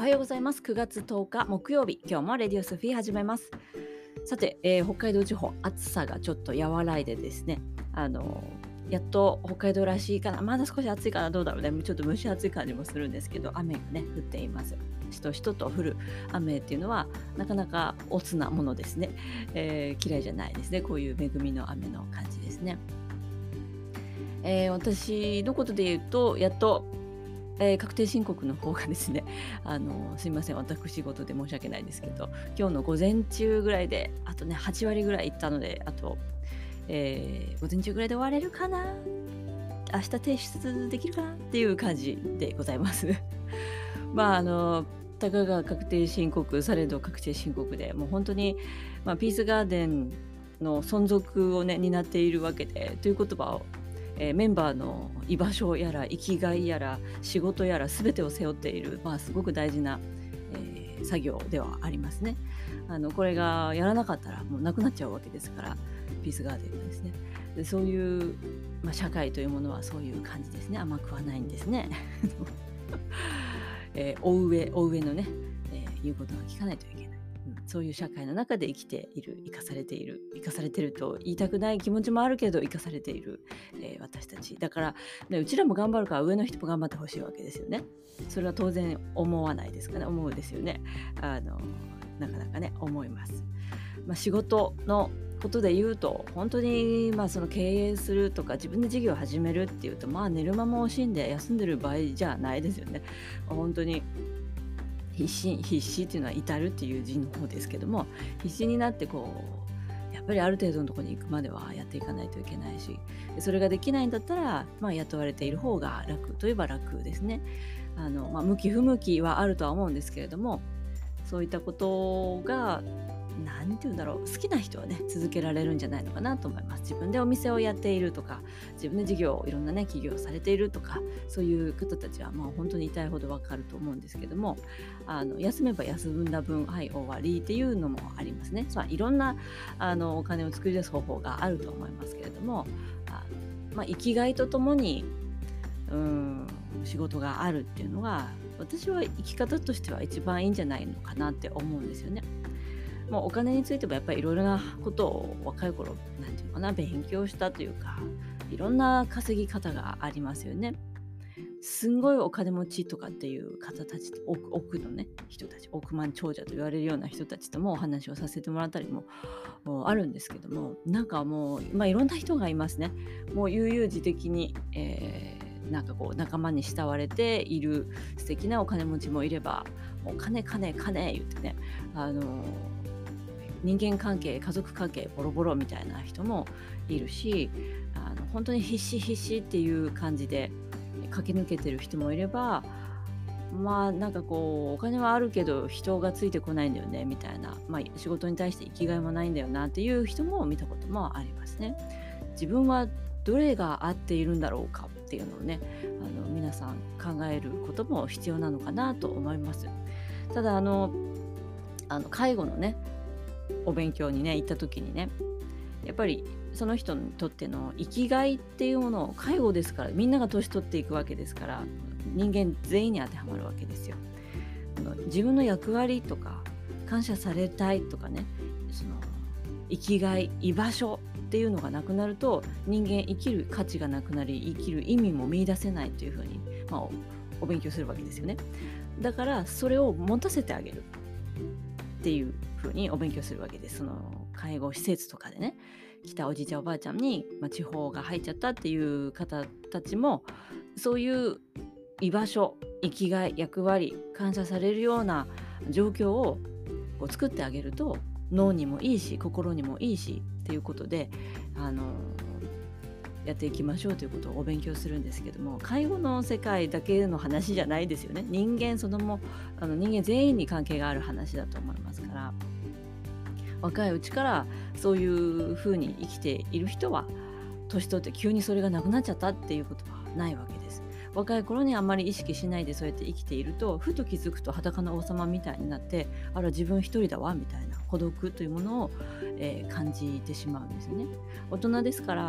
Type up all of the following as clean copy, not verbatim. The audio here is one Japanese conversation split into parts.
ようございます。9月10日木曜日、今日もレディオソフィー始めます。さて、北海道地方、暑さがちょっと和らいでですね、やっと北海道らしいかな、まだ少し暑いかな、どうだろうね、ちょっと蒸し暑い感じもするんですけど、雨がね、降っています。しとしとと降る雨っていうのは、なかなかおつなものですね。嫌いじゃないですね。こういう恵みの雨の感じですね。私のことで言うと、やっと確定申告の方がですね、すいません、私事で申し訳ないですけど、今日の午前中ぐらいで、あとね、8割ぐらいいったので、あと、午前中ぐらいで終われるかな、明日提出できるかなっていう感じでございます。たかが確定申告されど確定申告で、もう本当に、ピースガーデンの存続をね、担っているわけで、という言葉をメンバーの居場所やら生きがいやら仕事やら全てを背負っている、すごく大事な、作業ではありますね。これがやらなかったらもうなくなっちゃうわけですから、ピースガーデンがですね。で、そういう、社会というものはそういう感じですね。甘くはないんですね。お上のね、言うことが聞かないといけない。そういう社会の中で生きている、生かされている、生かされていると言いたくない気持ちもあるけど生かされている、私たちだから、ね、うちらも頑張るから上の人も頑張ってほしいわけですよね。それは当然思わないですかね。思うですよね。なかなかね思います。仕事のことで言うと本当に、その経営するとか自分で事業を始めるっていうと、寝る間も惜しんで休んでる場合じゃないですよね。本当に必死っていうのは至るっていう字の方ですけども、必死になってやっぱりある程度のところに行くまではやっていかないといけないし、それができないんだったら、雇われている方が楽といえば楽ですね。向き不向きはあるとは思うんですけれども、そういったことがなんて言うんだろう、好きな人はね続けられるんじゃないのかなと思います。自分でお店をやっているとか、自分で事業をいろんなね企業をされているとか、そういう方たちは本当に痛いほどわかると思うんですけども、休めば休んだ分はい終わりっていうのもありますね。いろんなお金を作り出す方法があると思いますけれども、生きがいとともに仕事があるっていうのが、私は生き方としては一番いいんじゃないのかなって思うんですよね。もうお金についてもやっぱりいろいろなことを若い頃なんていうのかな、勉強したというか、いろんな稼ぎ方がありますよね。すんごいお金持ちとかっていう方たち、億のね人たち、億万長者と言われるような人たちともお話をさせてもらったりもあるんですけども、なんかもう、いろんな人がいますね。もう悠々自適に、仲間に慕われている素敵なお金持ちもいれば、もう金金金言ってね、人間関係、家族関係ボロボロみたいな人もいるし、本当に必死必死っていう感じで駆け抜けてる人もいれば、お金はあるけど人がついてこないんだよねみたいな、仕事に対して生きがいもないんだよなっていう人も見たこともありますね。自分はどれが合っているんだろうかっていうのをね、皆さん考えることも必要なのかなと思います。ただ介護のねお勉強にね行った時にね、やっぱりその人にとっての生きがいっていうものを、介護ですから、みんなが年取っていくわけですから、人間全員に当てはまるわけですよ。自分の役割とか感謝されたいとかね、その生きがい、居場所っていうのがなくなると、人間生きる価値がなくなり、生きる意味も見出せないというふうに、お勉強するわけですよね。だからそれを持たせてあげるっていう風にお勉強するわけです。その介護施設とかでね来たおじいちゃんおばあちゃんに、地方が入っちゃったっていう方たちも、そういう居場所、生きがい、役割、感謝されるような状況を作ってあげると、脳にもいいし心にもいいしっていうことで、やっていきましょうということをお勉強するんですけども、介護の世界だけの話じゃないですよね。人間人間全員に関係がある話だと思いますから、若いうちからそういう風に生きている人は、年取って急にそれがなくなっちゃったっていうことはないわけです。若い頃にあんまり意識しないでそうやって生きていると、ふと気づくと裸の王様みたいになって、あら自分一人だわみたいな孤独というものを、感じてしまうんですよね。大人ですから、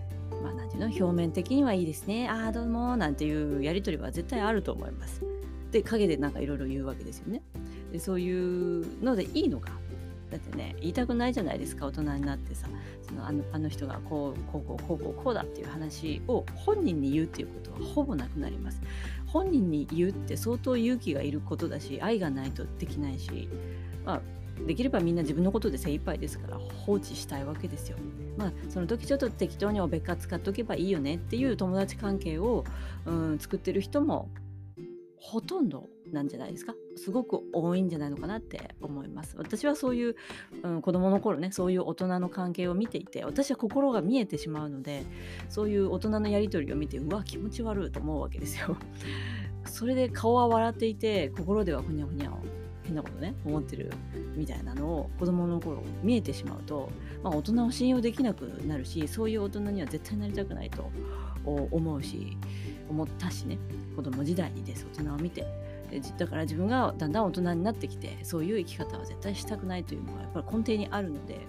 なんていうの、表面的にはいいですね、ああどうもなんていうやり取りは絶対あると思います。 で陰でなんかいろいろ言うわけですよね。でそういうのでいいのか。だってね、言いたくないじゃないですか、大人になってさ。あの人がこうだっていう話を本人に言うっていうことはほぼなくなります。本人に言うって相当勇気がいることだし、愛がないとできないし、まあできればみんな自分のことで精一杯ですから放置したいわけですよ。その時ちょっと適当におべっか使っとけばいいよねっていう友達関係を作ってる人もほとんどなんじゃないですか。すごく多いんじゃないのかなって思います。私はそういう、子供の頃ね、そういう大人の関係を見ていて、私は心が見えてしまうので、そういう大人のやり取りを見て、うわ気持ち悪いと思うわけですよ。それで顔は笑っていて、心ではふにゃふにゃ変なことね思ってるみたいなのを子供の頃見えてしまうと、大人を信用できなくなるし、そういう大人には絶対なりたくないと思ったしね、子供時代にです大人を見て、だから自分がだんだん大人になってきて、そういう生き方は絶対したくないというのがやっぱり根底にあるので、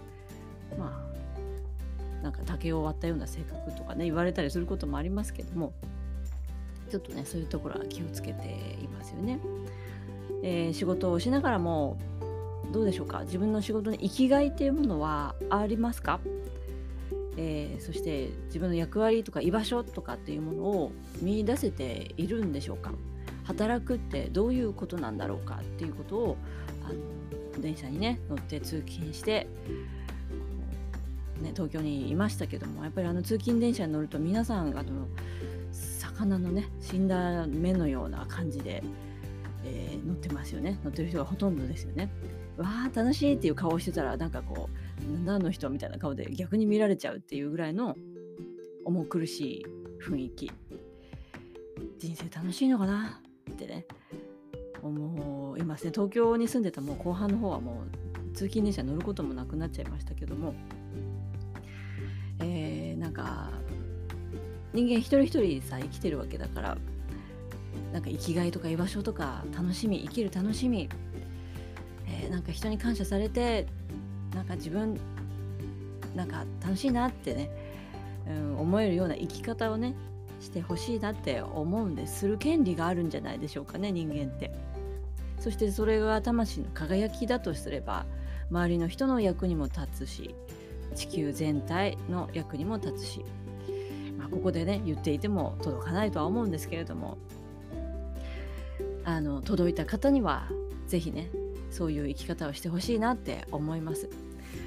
なんか竹を割ったような性格とかね言われたりすることもありますけども、ちょっとねそういうところは気をつけていますよね。仕事をしながらもどうでしょうか、自分の仕事に生きがいっていうものはありますか？そして自分の役割とか居場所とかっていうものを見出せているんでしょうか？働くってどういうことなんだろうかっていうことを電車にね乗って通勤して、東京にいましたけども、やっぱり通勤電車に乗ると皆さん魚のね死んだ目のような感じで、乗ってますよね。乗ってる人がほとんどですよね。わー楽しいっていう顔をしてたら、なんかこうなんだあの人みたいな顔で逆に見られちゃうっていうぐらいの重苦しい雰囲気。人生楽しいのかなってね思いますね。東京に住んでたもう後半の方はもう通勤電車乗ることもなくなっちゃいましたけども、なんか人間一人一人さ生きてるわけだから、なんか生きがいとか居場所とか楽しみ、生きる楽しみ、なんか人に感謝されて、なんか自分なんか楽しいなってね、思えるような生き方をねしてほしいなって思うんです。する権利があるんじゃないでしょうかね、人間って。そしてそれが魂の輝きだとすれば、周りの人の役にも立つし、地球全体の役にも立つし、ここでね言っていても届かないとは思うんですけれども、届いた方にはぜひねそういう生き方をしてほしいなって思います。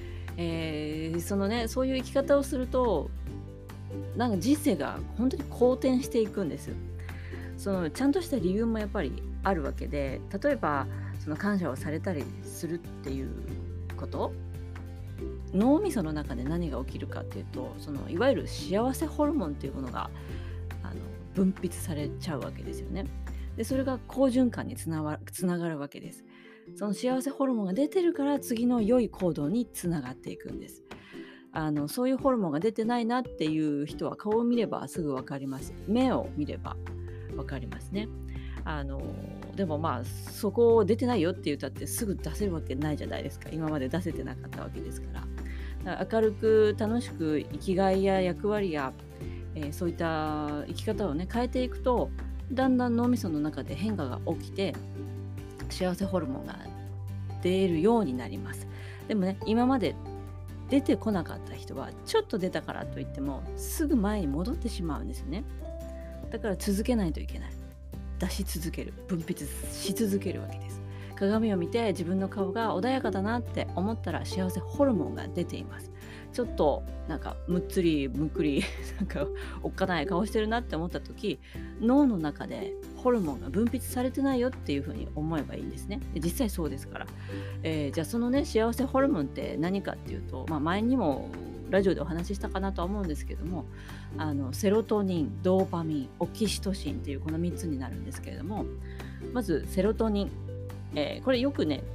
そういう生き方をすると、なんか人生が本当に好転していくんです。ちゃんとした理由もやっぱりあるわけで、例えば感謝をされたりするっていうこと、脳みその中で何が起きるかっていうと、いわゆる幸せホルモンっていうものが分泌されちゃうわけですよね。でそれが好循環につながるわけです。その幸せホルモンが出てるから次の良い行動につながっていくんです。そういうホルモンが出てないなっていう人は顔を見ればすぐ分かります。目を見れば分かりますね。でもそこ出てないよって言ったってすぐ出せるわけないじゃないですか。今まで出せてなかったわけですから。だから明るく楽しく生きがいや役割や、そういった生き方をね変えていくと、だんだん脳みその中で変化が起きて幸せホルモンが出るようになります。でもね今まで出てこなかった人はちょっと出たからといってもすぐ前に戻ってしまうんですよね。だから続けないといけない。出し続ける、分泌し続けるわけです。鏡を見て自分の顔が穏やかだなって思ったら幸せホルモンが出ています。ちょっとなんかむっつりむっくりなんかおっかない顔してるなって思った時、脳の中でホルモンが分泌されてないよっていうふうに思えばいいんですね。で実際そうですから、じゃあそのね幸せホルモンって何かっていうと、前にもラジオでお話ししたかなとは思うんですけども、セロトニン、ドーパミン、オキシトシンっていうこの3つになるんですけれども、まずセロトニン、これよくね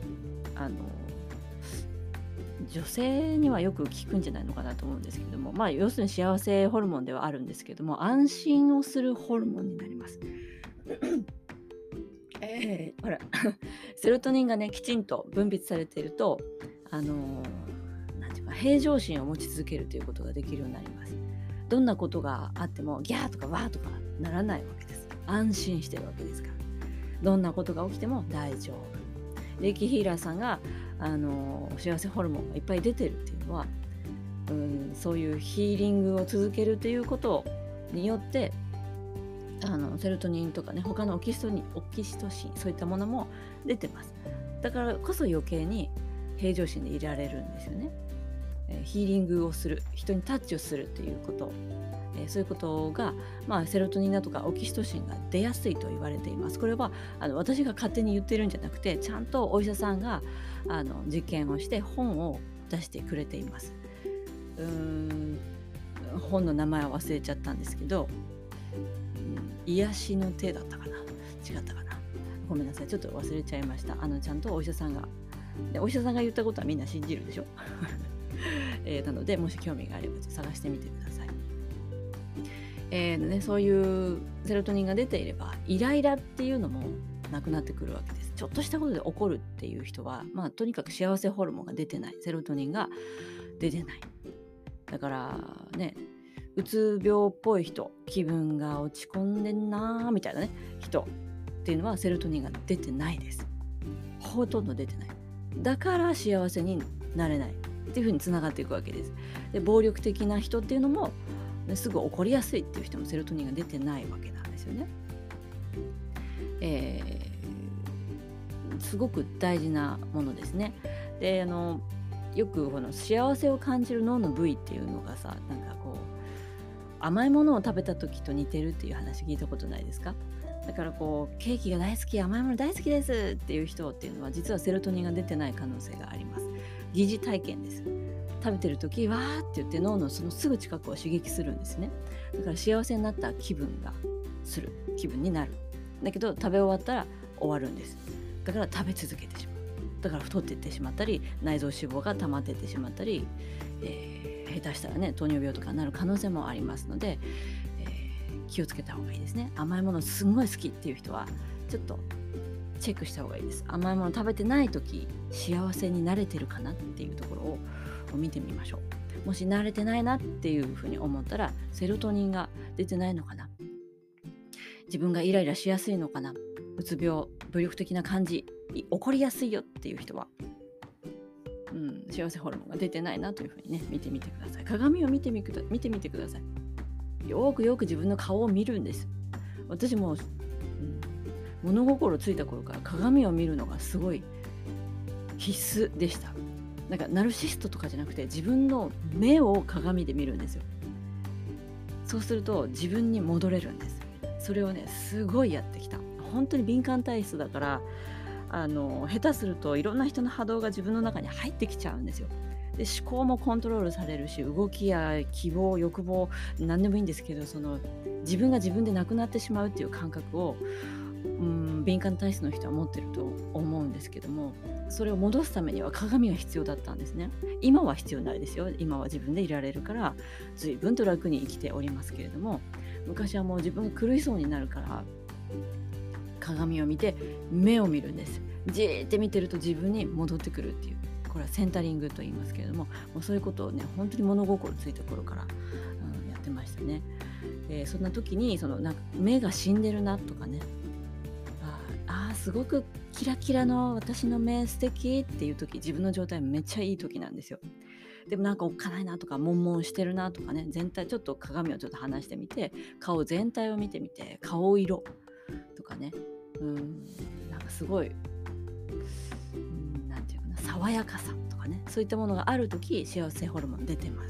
女性にはよく効くんじゃないのかなと思うんですけども、要するに幸せホルモンではあるんですけども、安心をするホルモンになります。ほらセロトニンがねきちんと分泌されていると、なんていうか平常心を持ち続けるということができるようになります。どんなことがあってもギャーとかワーとかならないわけです。安心してるわけですから。 どんなことが起きても大丈夫。レイキヒーラーさんが幸せホルモンがいっぱい出てるっていうのは、そういうヒーリングを続けるということによってセロトニンとかね、他のオキシトシン、そういったものも出てます。だからこそ余計に平常心でいられるんですよね。ヒーリングをする、人にタッチをするということ、そういうことが、セロトニンだとかオキシトシンが出やすいと言われています。これは私が勝手に言ってるんじゃなくて、ちゃんとお医者さんが実験をして本を出してくれています。本の名前は忘れちゃったんですけど、癒しの手だったかな、違ったかな、ごめんなさい、ちょっと忘れちゃいました。ちゃんとお医者さんが言ったことはみんな信じるでしょなので、もし興味があれば探してみてください。そういうセロトニンが出ていればイライラっていうのもなくなってくるわけです。ちょっとしたことで怒るっていう人は、とにかく幸せホルモンが出てない、セロトニンが出てない。だからね、うつ病っぽい人、気分が落ち込んでんなみたいなね人っていうのはセロトニンが出てないです。ほとんど出てない。だから幸せになれないっていうふうにつながっていくわけです。で、暴力的な人っていうのも、すぐ怒りやすいっていう人もセロトニンが出てないわけなんですよね。すごく大事なものですね。で、よくこの幸せを感じる脳の部位っていうのがさ、なんかこう甘いものを食べた時と似てるっていう話聞いたことないですか？だからこうケーキが大好き、甘いもの大好きですっていう人っていうのは実はセロトニンが出てない可能性があります。疑似体験です。食べてる時わーって言って脳のそのすぐ近くを刺激するんですね。だから幸せになった気分になる。だけど食べ終わったら終わるんです。だから食べ続けてしまう。だから太っていってしまったり、内臓脂肪が溜まっていってしまったり、下手したらね糖尿病とかになる可能性もありますので、気をつけた方がいいですね。甘いものすんごい好きっていう人はちょっとチェックした方がいいです。甘いもの食べてない時幸せに慣れてるかなっていうところを見てみましょう。もし慣れてないなっていうふうに思ったら、セロトニンが出てないのかな、自分がイライラしやすいのかな、うつ病、武力的な感じ、怒りやすいよっていう人は、幸せホルモンが出てないなというふうにね見てみてください。鏡を見てみてください。よく自分の顔を見るんです。私も、物心ついた頃から鏡を見るのがすごい必須でした。なんかナルシストとかじゃなくて、自分の目を鏡で見るんですよ。そうすると自分に戻れるんです。それをねすごいやってきた。本当に敏感体質だから、下手するといろんな人の波動が自分の中に入ってきちゃうんですよ。で、思考もコントロールされるし、動きや希望、欲望、何でもいいんですけど、その自分が自分でなくなってしまうっていう感覚を、敏感体質の人は持ってると思うんですけども、それを戻すためには鏡が必要だったんですね。今は必要ないですよ。今は自分でいられるから随分と楽に生きておりますけれども、昔はもう自分が狂いそうになるから鏡を見て目を見るんです。じーって見てると自分に戻ってくるっていう、これはセンタリングと言いますけれども、もうそういうことをね本当に物心ついた頃から、やってましたね。そんな時になんか目が死んでるなとかね、すごくキラキラの私の目素敵っていう時、自分の状態めっちゃいい時なんですよ。でもなんかおっかないなとか、悶々してるなとかね、全体ちょっと鏡をちょっと離してみて、顔全体を見てみて、顔色とかね、なんかすごい、なんていうかな、爽やかさとかね、そういったものがある時幸せホルモン出てます。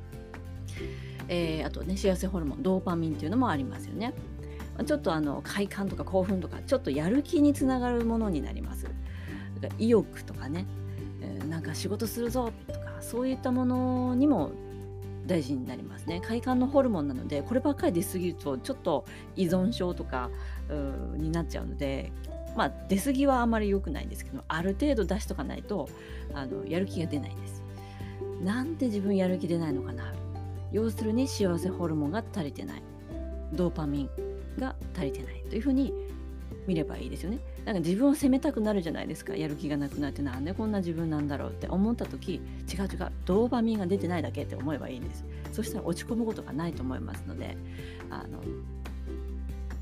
あとね、幸せホルモンドーパミンっていうのもありますよね。ちょっと快感とか興奮とか、ちょっとやる気につながるものになります。だから意欲とかね、なんか仕事するぞとか、そういったものにも大事になりますね。快感のホルモンなので、こればっかり出過ぎるとちょっと依存症とかになっちゃうので、出過ぎはあまり良くないんですけど、ある程度出しとかないとやる気が出ないです。なんで自分やる気出ないのかな。要するに幸せホルモンが足りてない、ドーパミンが足りてないというふうに見ればいいですよね。なんか自分を責めたくなるじゃないですか。やる気がなくなって、なんでこんな自分なんだろうって思った時、違う、ドーパミンが出てないだけって思えばいいんです。そしたら落ち込むことがないと思いますので、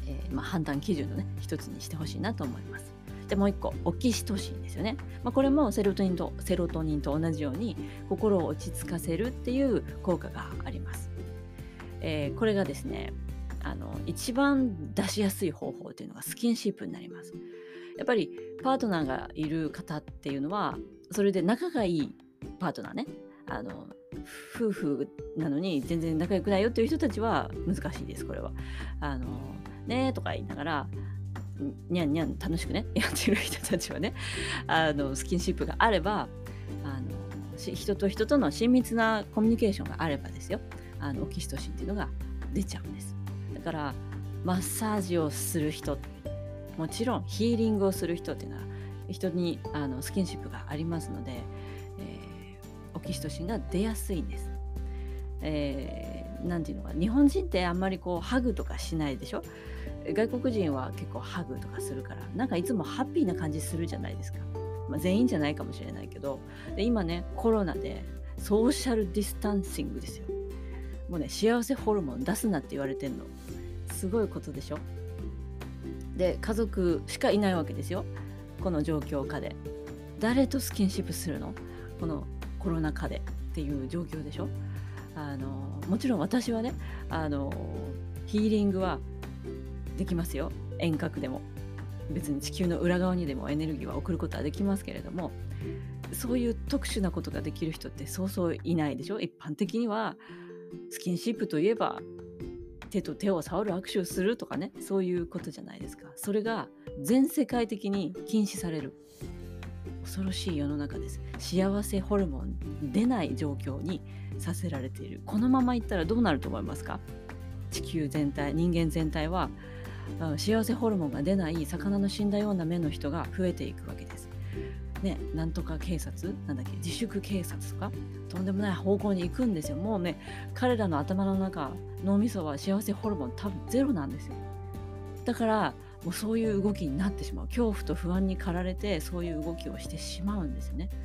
判断基準のね一つにしてほしいなと思います。でもう一個、オキシトシンですよね。これもセロトニンと同じように心を落ち着かせるっていう効果があります。これがですね、一番出しやすい方法っていうのがスキンシップになります。やっぱりパートナーがいる方っていうのは、それで仲がいいパートナーね、夫婦なのに全然仲良くないよっていう人たちは難しいです。これはねとか言いながらにゃんにゃん楽しくねやってる人たちはね、スキンシップがあれば、人と人との親密なコミュニケーションがあればですよ、オキシトシンっていうのが出ちゃうんです。だからマッサージをする人、もちろんヒーリングをする人っていうのは人にスキンシップがありますので、オキシトシンが出やすいんです。なんていうのか、日本人ってあんまりこうハグとかしないでしょ。外国人は結構ハグとかするから、なんかいつもハッピーな感じするじゃないですか。全員じゃないかもしれないけど、で今ねコロナでソーシャルディスタンシングですよ。もうね幸せホルモン出すなって言われてんの。すごいことでしょ。で家族しかいないわけですよ、この状況下で。誰とスキンシップするの、このコロナ禍でっていう状況でしょ。もちろん私はねヒーリングはできますよ、遠隔でも。別に地球の裏側にでもエネルギーは送ることはできますけれども、そういう特殊なことができる人ってそうそういないでしょ。一般的にはスキンシップといえば手と手を触る、握手をするとかね、そういうことじゃないですか。それが全世界的に禁止される。恐ろしい世の中です。幸せホルモン出ない状況にさせられている。このままいったらどうなると思いますか。地球全体、人間全体は幸せホルモンが出ない魚の死んだような目の人が増えていくわけですね。なんとか警察なんだっけ、自粛警察とかとんでもない方向に行くんですよ。もうね彼らの頭の中、脳みそは幸せホルモン多分ゼロなんですよ。だからもうそういう動きになってしまう。恐怖と不安に駆られてそういう動きをしてしまうんですよね。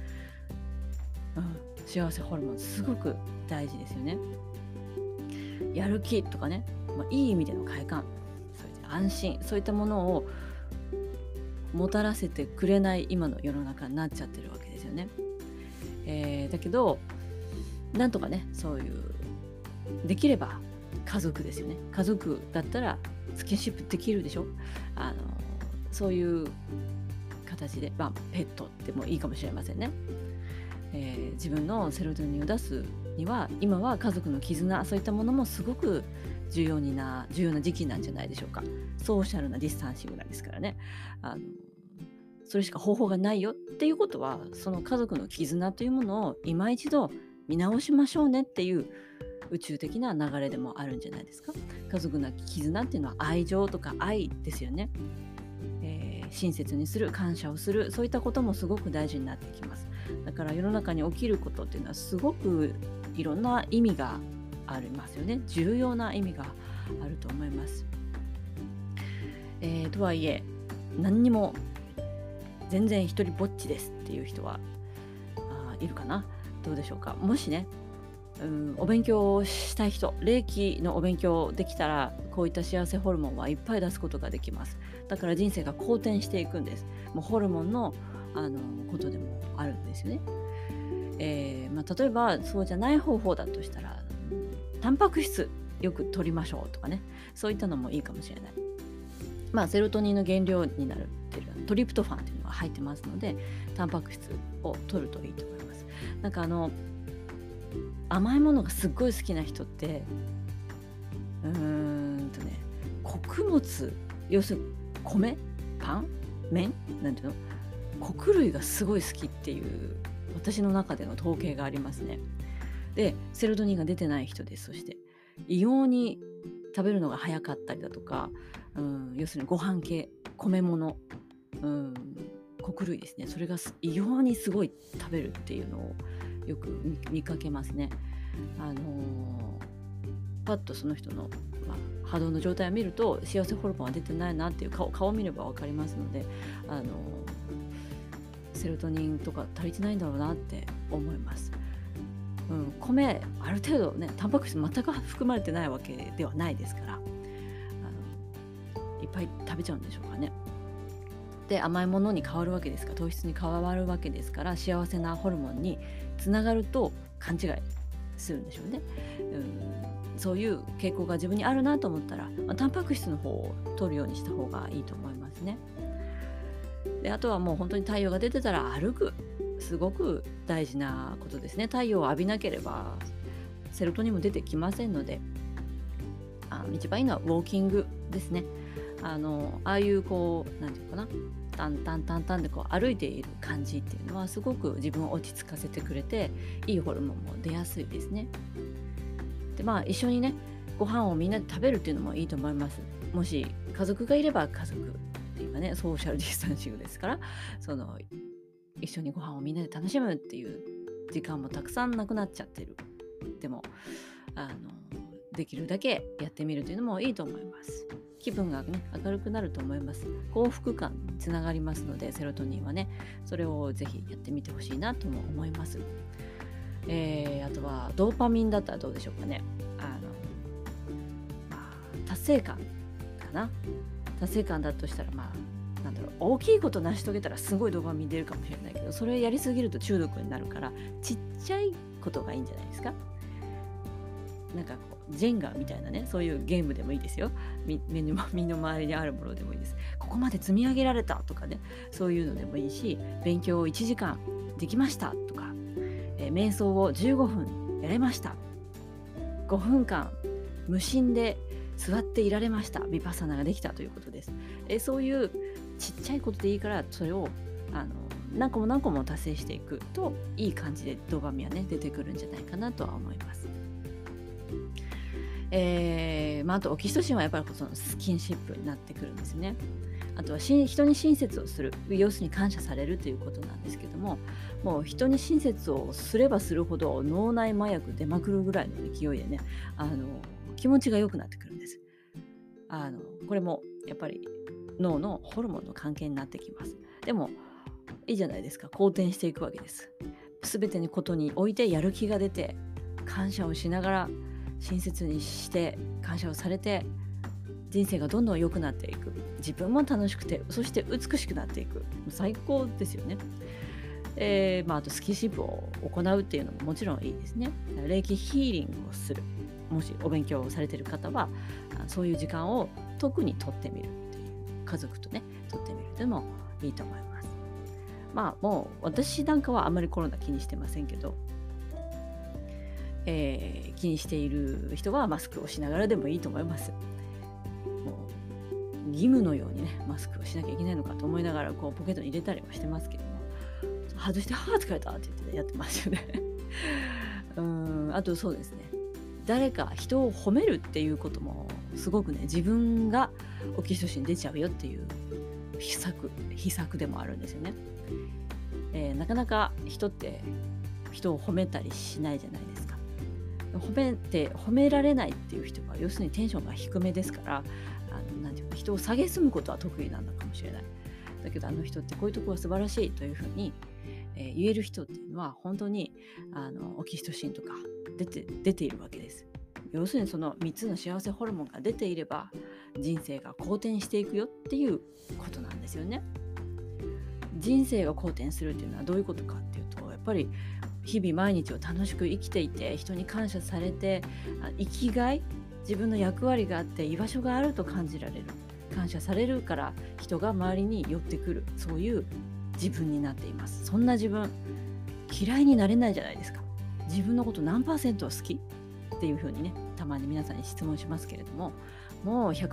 幸せホルモンすごく大事ですよね。やる気とかね、いい意味での快感、そういった安心、そういったものをもたらせてくれない今の世の中になっちゃってるわけですよね。だけどなんとかね、そういうできれば家族ですよね。家族だったらスキンシップできるでしょ。そういう形で、ペットでもいいかもしれませんね。自分のセロトニンを出すには今は家族の絆、そういったものもすごく重要な時期なんじゃないでしょうか。ソーシャルなディスタンシングなんですからね。それしか方法がないよっていうことは、その家族の絆というものを今一度見直しましょうねっていう宇宙的な流れでもあるんじゃないですか。家族の絆っていうのは愛情とか愛ですよね。親切にする、感謝をする、そういったこともすごく大事になってきます。だから世の中に起きることっていうのはすごくいろんな意味がありますよね。重要な意味があると思います。とはいえ何にも全然一人ぼっちですっていう人はいるかな。どうでしょうか。もしね、お勉強をしたい人、霊気のお勉強できたらこういった幸せホルモンはいっぱい出すことができます。だから人生が好転していくんです。もうホルモンの、ことでもあるんですよね。例えばそうじゃない方法だとしたら、タンパク質よく取りましょうとかね、そういったのもいいかもしれない。セロトニンの原料になるトリプトファンっていうのが入ってますので、タンパク質を取るといいと思います。なんか甘いものがすっごい好きな人って穀物、要するに米、パン、麺、なんていうの、穀類がすごい好きっていう私の中での統計がありますね。でセロトニンが出てない人です。そして異様に食べるのが早かったりだとか、要するにご飯系、米物、穀類ですね、それが異様にすごい食べるっていうのをよく 見かけますね。パッとその人の、波動の状態を見ると幸せホルモンは出てないなっていう顔を見れば分かりますので、セロトニンとか足りてないんだろうなって思います。米ある程度ね、タンパク質全く含まれてないわけではないですから、 いっぱい食べちゃうんでしょうかね。で甘いものに変わるわけですから、糖質に変わるわけですから、幸せなホルモンにつながると勘違いするんでしょうね。そういう傾向が自分にあるなと思ったら、タンパク質の方を取るようにした方がいいと思いますね。であとはもう本当に太陽が出てたら歩く、すごく大事なことですね。太陽を浴びなければセロトニンも出てきませんので、一番いいのはウォーキングですね。ああいうこうなんていうかな、タンタンタンタンでこう歩いている感じっていうのはすごく自分を落ち着かせてくれて、いいホルモンも出やすいですね。で一緒にねご飯をみんなで食べるっていうのもいいと思います。もし家族がいれば家族っていうかね、ソーシャルディスタンシングですから、一緒にご飯をみんなで楽しむっていう時間もたくさんなくなっちゃってる。でもできるだけやってみるというのもいいと思います。気分がね明るくなると思います。幸福感につながりますので、セロトニンはね、それをぜひやってみてほしいなとも思います。あとはドーパミンだったらどうでしょうかね。達成感かな。達成感だとしたら大きいこと成し遂げたらすごいドーパミン出るかもしれないけど、それやりすぎると中毒になるから、ちっちゃいことがいいんじゃないですか。なんかこうジェンガみたいなね、そういうゲームでもいいですよ。身の回りにあるものでもいいです。ここまで積み上げられたとかね、そういうのでもいいし、勉強を1時間できましたとか、瞑想を15分やれました、5分間無心で座っていられました、ヴィパッサナができたということです。そういうちっちゃいことでいいから、それを何個も達成していくといい感じでドーパミンはね出てくるんじゃないかなとは思います。あとオキシトシンはやっぱりそのスキンシップになってくるんですね。あとは人に親切をする、要するに感謝されるということなんですけども、もう人に親切をすればするほど脳内麻薬出まくるぐらいの勢いでね、気持ちが良くなってくるんです。これもやっぱり脳のホルモンの関係になってきます。でもいいじゃないですか、好転していくわけです。全てのことにおいてやる気が出て、感謝をしながら親切にして感謝をされて、人生がどんどん良くなっていく、自分も楽しくて、そして美しくなっていく、最高ですよね。あとスキンシップを行うっていうのももちろんいいですね。霊気ヒーリングをする、もしお勉強をされている方はそういう時間を特にとってみるっていう、家族とねとってみるっていうのもいいと思います。もう私なんかはあんまりコロナ気にしてませんけど、気にしている人はマスクをしながらでもいいと思います。もう義務のようにねマスクをしなきゃいけないのかと思いながらこうポケットに入れたりはしてますけども、外して疲れたって言って、やってますよね。あとそうですね、誰か人を褒めるっていうこともすごくね、自分がオキシトシン出ちゃうよっていう秘策でもあるんですよね。なかなか人って人を褒めたりしないじゃないですか。褒められないっていう人は要するにテンションが低めですから、なんていうか、人を蔑むことは得意なのかもしれない。だけど人ってこういうところは素晴らしいというふうに、言える人っていうのは本当にオキシトシンとか出ているわけです。要するにその3つの幸せホルモンが出ていれば人生が好転していくよっていうことなんですよね。人生が好転するっていうのはどういうことかっていうと、やっぱり日々毎日を楽しく生きていて、人に感謝されて、生きがい、自分の役割があって居場所があると感じられる、感謝されるから人が周りに寄ってくる、そういう自分になっています。そんな自分嫌いになれないじゃないですか。自分のこと何%好きっていうふうにね、たまに皆さんに質問しますけれども、もう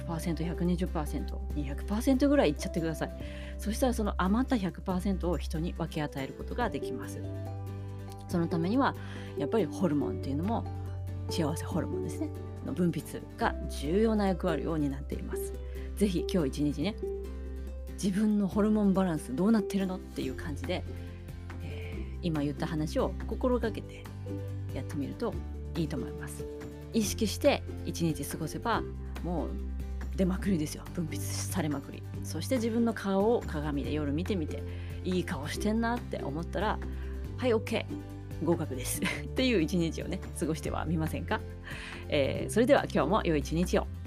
100%、120%、200% ぐらいいっちゃってください。そしたらその余った 100% を人に分け与えることができます。そのためにはやっぱりホルモンっていうのも、幸せホルモンですねの分泌が重要な役割を担っています。ぜひ今日一日ね、自分のホルモンバランスどうなってるのっていう感じで、今言った話を心がけてやってみるといいと思います。意識して一日過ごせばもう出まくりですよ。分泌されまくり。そして自分の顔を鏡で夜見てみて、いい顔してんなって思ったら、はい OK、 合格ですっていう一日をね過ごしてはみませんか。それでは今日も良い一日を。